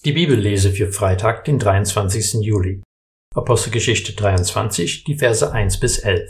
Die Bibellese für Freitag, den 23. Juli. Apostelgeschichte 23, die Verse 1 bis 11.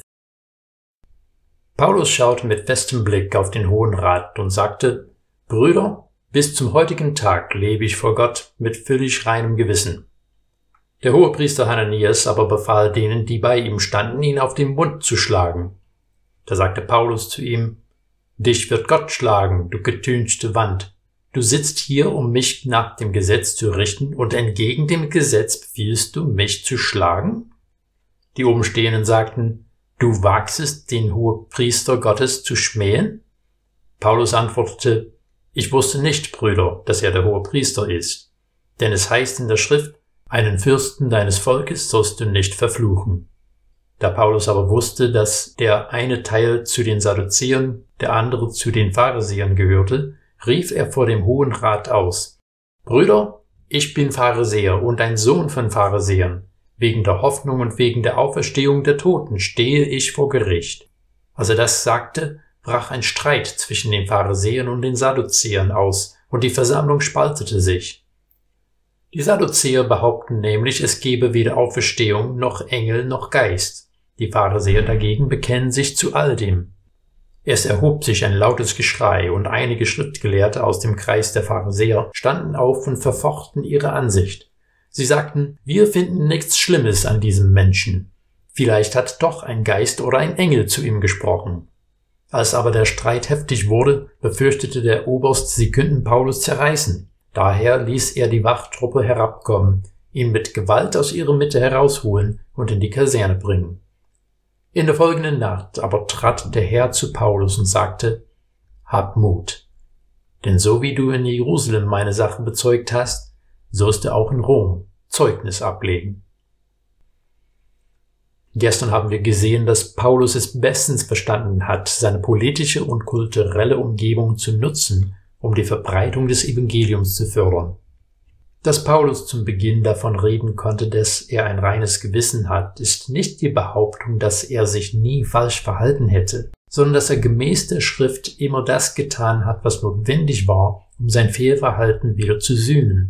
Paulus schaute mit festem Blick auf den Hohen Rat und sagte: Brüder, bis zum heutigen Tag lebe ich vor Gott mit völlig reinem Gewissen. Der Hohepriester Hananias aber befahl denen, die bei ihm standen, ihn auf den Mund zu schlagen. Da sagte Paulus zu ihm: Dich wird Gott schlagen, du getünchte Wand. Du sitzt hier, um mich nach dem Gesetz zu richten, und entgegen dem Gesetz befiehlst du, mich zu schlagen? Die Umstehenden sagten: Du wagst, den Hohepriester Gottes zu schmähen? Paulus antwortete: Ich wusste nicht, Brüder, dass er der Hohepriester ist. Denn es heißt in der Schrift: Einen Fürsten deines Volkes sollst du nicht verfluchen. Da Paulus aber wusste, dass der eine Teil zu den Sadduzäern, der andere zu den Pharisäern gehörte, rief er vor dem Hohen Rat aus: Brüder, ich bin Pharisäer und ein Sohn von Pharisäern. Wegen der Hoffnung und wegen der Auferstehung der Toten stehe ich vor Gericht. Als er das sagte, brach ein Streit zwischen den Pharisäern und den Sadduzäern aus, und die Versammlung spaltete sich. Die Sadduzäer behaupten nämlich, es gebe weder Auferstehung noch Engel noch Geist. Die Pharisäer dagegen bekennen sich zu all dem. Es erhob sich ein lautes Geschrei, und einige Schriftgelehrte aus dem Kreis der Pharisäer standen auf und verfochten ihre Ansicht. Sie sagten: Wir finden nichts Schlimmes an diesem Menschen. Vielleicht hat doch ein Geist oder ein Engel zu ihm gesprochen. Als aber der Streit heftig wurde, befürchtete der Oberst, sie könnten Paulus zerreißen. Daher ließ er die Wachtruppe herabkommen, ihn mit Gewalt aus ihrer Mitte herausholen und in die Kaserne bringen. In der folgenden Nacht aber trat der Herr zu Paulus und sagte: Hab Mut, denn so wie du in Jerusalem meine Sache bezeugt hast, sollst du auch in Rom Zeugnis ablegen. Gestern haben wir gesehen, dass Paulus es bestens verstanden hat, seine politische und kulturelle Umgebung zu nutzen, um die Verbreitung des Evangeliums zu fördern. Dass Paulus zum Beginn davon reden konnte, dass er ein reines Gewissen hat, ist nicht die Behauptung, dass er sich nie falsch verhalten hätte, sondern dass er gemäß der Schrift immer das getan hat, was notwendig war, um sein Fehlverhalten wieder zu sühnen.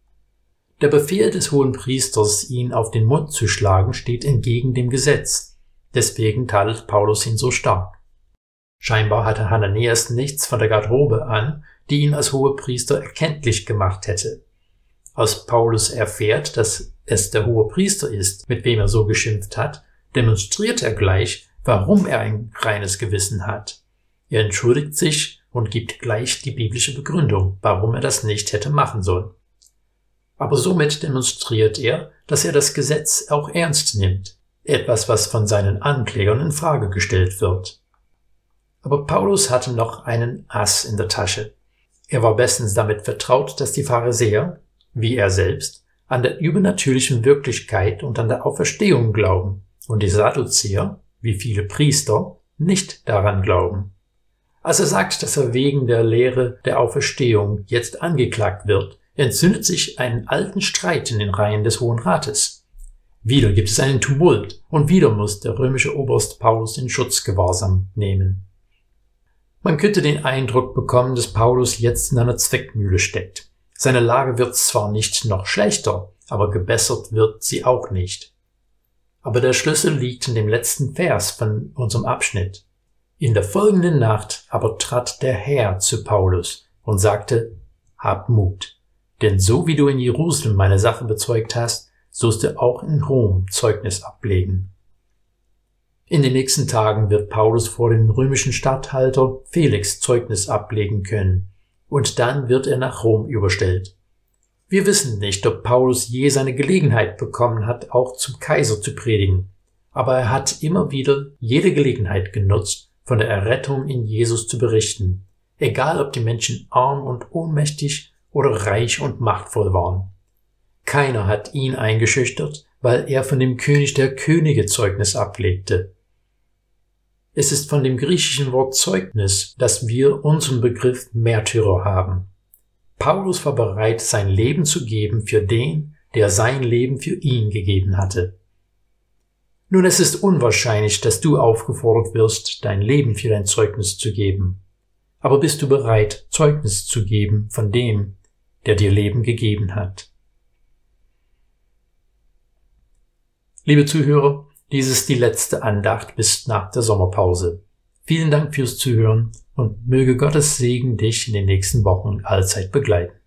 Der Befehl des Hohenpriesters, ihn auf den Mund zu schlagen, steht entgegen dem Gesetz. Deswegen tadelt Paulus ihn so stark. Scheinbar hatte Hananias nichts von der Garderobe an, die ihn als Hohepriester erkenntlich gemacht hätte. Als Paulus erfährt, dass es der Hohepriester ist, mit wem er so geschimpft hat, demonstriert er gleich, warum er ein reines Gewissen hat. Er entschuldigt sich und gibt gleich die biblische Begründung, warum er das nicht hätte machen sollen. Aber somit demonstriert er, dass er das Gesetz auch ernst nimmt, etwas, was von seinen Anklägern in Frage gestellt wird. Aber Paulus hatte noch einen Ass in der Tasche. Er war bestens damit vertraut, dass die Pharisäer, wie er selbst, an der übernatürlichen Wirklichkeit und an der Auferstehung glauben und die Sadduzäer, wie viele Priester, nicht daran glauben. Als er sagt, dass er wegen der Lehre der Auferstehung jetzt angeklagt wird, entzündet sich ein alten Streit in den Reihen des Hohen Rates. Wieder gibt es einen Tumult und wieder muss der römische Oberst Paulus in Schutzgewahrsam nehmen. Man könnte den Eindruck bekommen, dass Paulus jetzt in einer Zwickmühle steckt. Seine Lage wird zwar nicht noch schlechter, aber gebessert wird sie auch nicht. Aber der Schlüssel liegt in dem letzten Vers von unserem Abschnitt. In der folgenden Nacht aber trat der Herr zu Paulus und sagte: Hab Mut, denn so wie du in Jerusalem meine Sache bezeugt hast, sollst du auch in Rom Zeugnis ablegen. In den nächsten Tagen wird Paulus vor dem römischen Statthalter Felix Zeugnis ablegen können. Und dann wird er nach Rom überstellt. Wir wissen nicht, ob Paulus je seine Gelegenheit bekommen hat, auch zum Kaiser zu predigen. Aber er hat immer wieder jede Gelegenheit genutzt, von der Errettung in Jesus zu berichten. Egal, ob die Menschen arm und ohnmächtig oder reich und machtvoll waren. Keiner hat ihn eingeschüchtert, weil er von dem König der Könige Zeugnis ablegte. Es ist von dem griechischen Wort Zeugnis, dass wir unseren Begriff Märtyrer haben. Paulus war bereit, sein Leben zu geben für den, der sein Leben für ihn gegeben hatte. Nun, es ist unwahrscheinlich, dass du aufgefordert wirst, dein Leben für dein Zeugnis zu geben. Aber bist du bereit, Zeugnis zu geben von dem, der dir Leben gegeben hat? Liebe Zuhörer, dies ist die letzte Andacht bis nach der Sommerpause. Vielen Dank fürs Zuhören und möge Gottes Segen dich in den nächsten Wochen allzeit begleiten.